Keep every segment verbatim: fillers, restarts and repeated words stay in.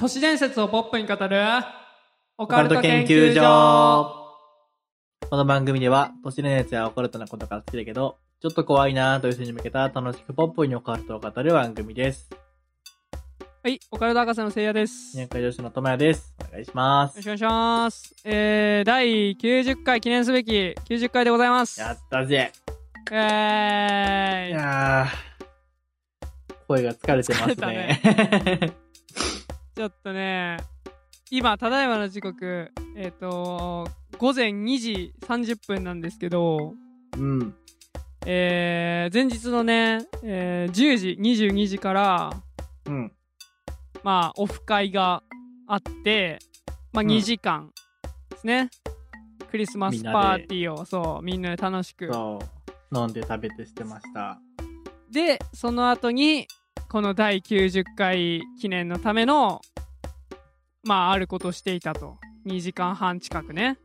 都市伝説をポップに語るオオカルト研究所。この番組では都市伝説やオカルトなことが好きだけどちょっと怖いなーという人に向けた楽しくポップにオカルトを語る番組です。 はい、オカルト博士のせいやです。 年会女子のともやです。お願いします。 よろしくお願いします。えー、だいきゅうじゅっかい記念すべききゅうじゅっかいでございます。 やったぜ。 えーい。 いやー、声が疲れてますね。 ねちょっとね、今ただいまの時刻、えっとごぜんにじさんじゅっぷんなんですけど、 うん。 えー、前日のね、えー、じゅうじにじゅうにじからうん。 まあオフ会があって、まあにじかんですね。うん、クリスマスパーティーをそうみんなで楽しくそう飲んで食べてしてました。 で、その後にこのだいきゅうじゅっかい記念のためのまああることをしていたと。にじかんはん近くね。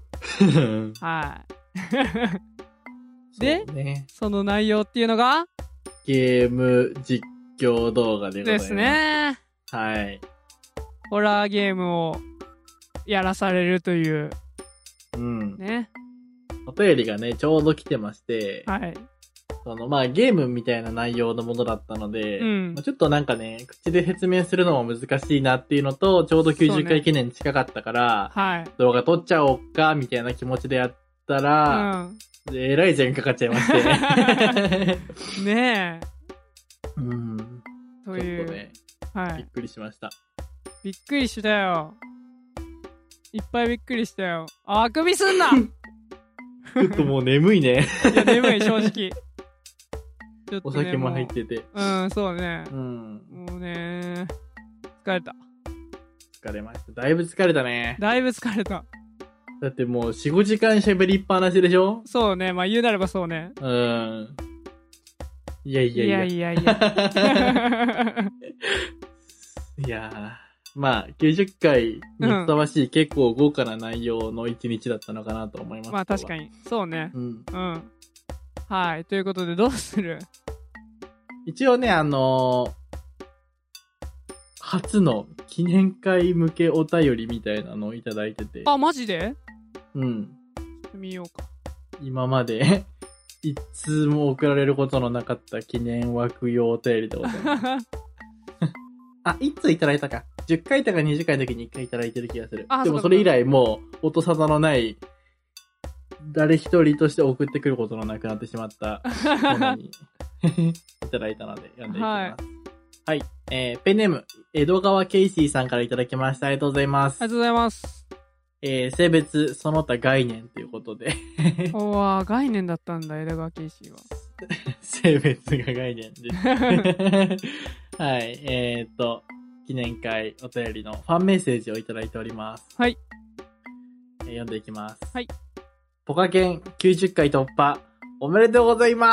はいで、 ね、 その内容っていうのがゲーム実況動画でございます。 ですね。 はい。 ホラーゲームをやらされるといううんね。 お便りがねちょうど来てまして、 はい。 そのまあゲームみたいな内容のものだったので、 うんまあ、ちょっとなんかね口で説明するのも難しいなっていうのと、ちょうどきゅうじゅっかい記念近かったから、 はい、 動画撮っちゃおうかみたいな気持ちでやったら、うん、えらい時間かかっちゃいましてねえ、 うん、 という、 ちょっとね、はい、びっくりしました。 びっくりしたよ。いっぱいびっくりしたよ。あくびすんなちょっともう眠いね。 いや眠い正直。ちょっとね、 お酒も入ってて。 うん、そうね。 うん。 もうね、疲れた。 疲れました。だいぶ疲れたね。 だいぶ疲れた。 だってもうよん、ごじかん喋りっぱなしでしょ？ そうね。まあ言うなればそうね。 うん。いやいやいや。 いやいやいや。 いやー。まあ、きゅうじゅっかいにふさわしい、うん、結構豪華な内容の一日だったのかなと思います。 まあ確かに。そうね。 うん。 うん。はい。ということでどうする？ 一応ね、あのー、初の記念会向けお便りみたいなのをいただいてて。 あ、マジで？ うん。 見ようか。 今までいつも送られることのなかった記念枠用お便りでございます。あ、いっついただいたか。じゅっかいとかにじゅっかいの時にいっかいいただいてる気がする。でもそれ以来もう音沙汰のない誰一人として送ってくることのなくなってしまったものにいただいたので読んでいきます。はい。はい、えー、ペンネーム、江戸川ケイシーさんからいただきました。ありがとうございます。 ありがとうございます。 えー、性別、その他概念ということで。 おわ、概念だったんだ、江戸川ケイシーは。 性別が概念です。はい。えー、っと、記念会お便りのファンメッセージをいただいております。 はい。 えー、読んでいきます。 はい。 ポカケンきゅうじゅっかい突破、おめでとうございま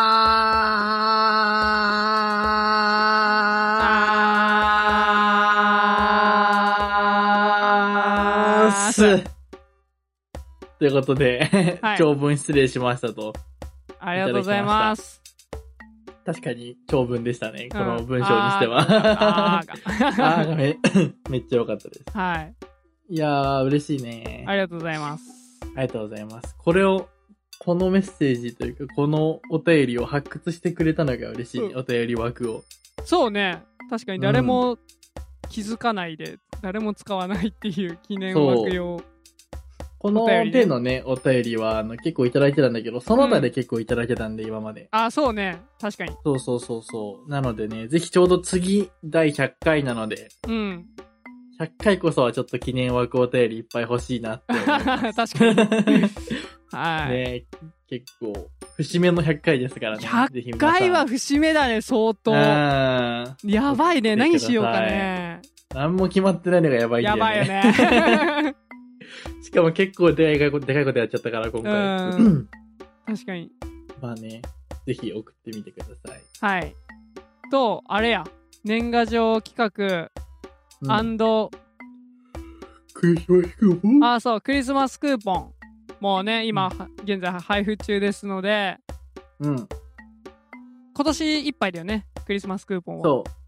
ーす。ということで、はい、長文失礼しましたと。 ありがとうございます。 確かに長文でしたね、うん、この文章にしては。あーが。あーがめ、めっちゃ良かったです。 はい。 いやー、嬉しいね。 ありがとうございます。 ありがとうございます。これを、このメッセージというか、このお便りを発掘してくれたのが嬉しいね、うん、お便り枠を。そうね。確かに誰も気づかないで、うん、誰も使わないっていう記念枠用。 この手のね、お便りは、あの、結構いただいてたんだけど、その他で結構いただけたんで、うん、今まで。 あ、そうね。確かに。 そうそうそうそう。なのでね、ぜひちょうど次、だいひゃっかいなので。 うん。 ひゃっかいこそはちょっと記念枠お便りいっぱい欲しいなって思います。 確かに。はい。 ね、結構、節目のひゃっかいですからね。 ひゃっかいは節目だね、相当。やばいね、何しようかね。 何も決まってないのがやばいんだよね。 やばいよね。 しかも結構でかいこと、でかいことやっちゃったから、今回。 うん。確かに。 まあね、ぜひ送ってみてください。 はい。と、あれや、年賀状企画、うん、アンド、 クリスマスクーポン？ あ、そう、クリスマスクーポン。もうね、今、うん、現在配布中ですので、 うん。 今年いっぱいだよね、クリスマスクーポンは。 そう。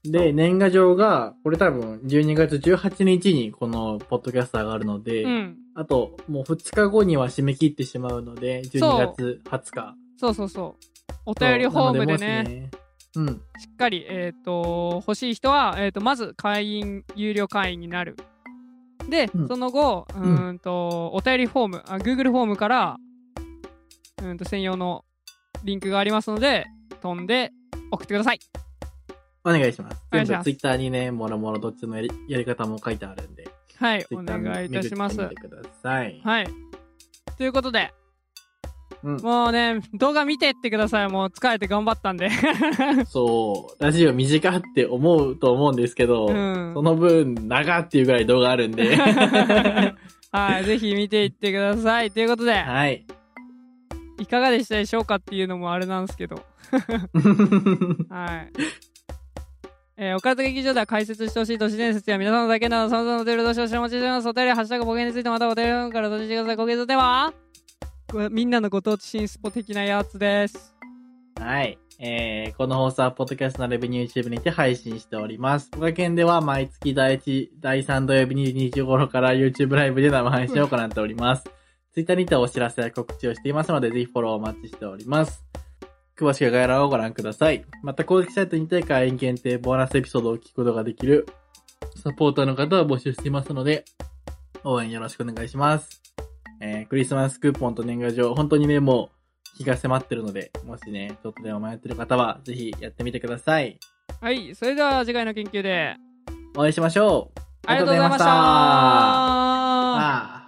で、年賀状が、これ多分じゅうにがつじゅうはちにちにこのポッドキャスト上がるので、 うん。 あともうふつかごには締め切ってしまうので、じゅうにがつはつか。 そうそうそう。お便りフォームでね、 ねうん、 しっかり、えっと、欲しい人は、えっと、まず会員、有料会員になる。で、 うん、 その後、うーんと、お便りフォーム、あ、Google フォームから、うんと、専用のリンクがありますので、飛んで送ってください。 お願いします。 お願いします。 ツイッターにね、もろもろどっちのやりやり方も書いてあるんで。 はい、お願いいたします。 見てください。 はい。ということで、 うん、 もうね、動画見てってください。もう疲れて頑張ったんで。 そう、ラジオ短って思うと思うんですけど、うん、その分長っていうぐらい動画あるんで。 はい、ぜひ見ていってください。ということで、 はい。 いかがでしたでしょうかっていうのもあれなんですけど。はい。えー、オカルト劇場では解説してほしい都市伝説や皆さんの体験など様々なお便りをどしどしお待ちしております。お便りハッシュタグボケについてまたお便りフォームから閉じてください。ごゲートではみんなのご当地新スポ的なやつです。 はい。えー、この放送はポッドキャストのレビュー YouTube にて配信しております。ポカケンでは毎月第一、第三土曜日にじゅうにじ頃から YouTube ライブで生配信を行っております。Twitter にてお知らせや告知をしていますので、ぜひフォローお待ちしております。詳しくは概要欄をご覧ください。また公式サイトにて会員限定ボーナスエピソードを聞くことができるサポーターの方を募集していますので、応援よろしくお願いします。えー、クリスマスクーポンと年賀状、本当にね、もう日が迫ってるので、もしね、ちょっとでも迷ってる方は、ぜひやってみてください。 はい、それでは次回の研究でお会いしましょう。 ありがとうございました。 ありがとうございました。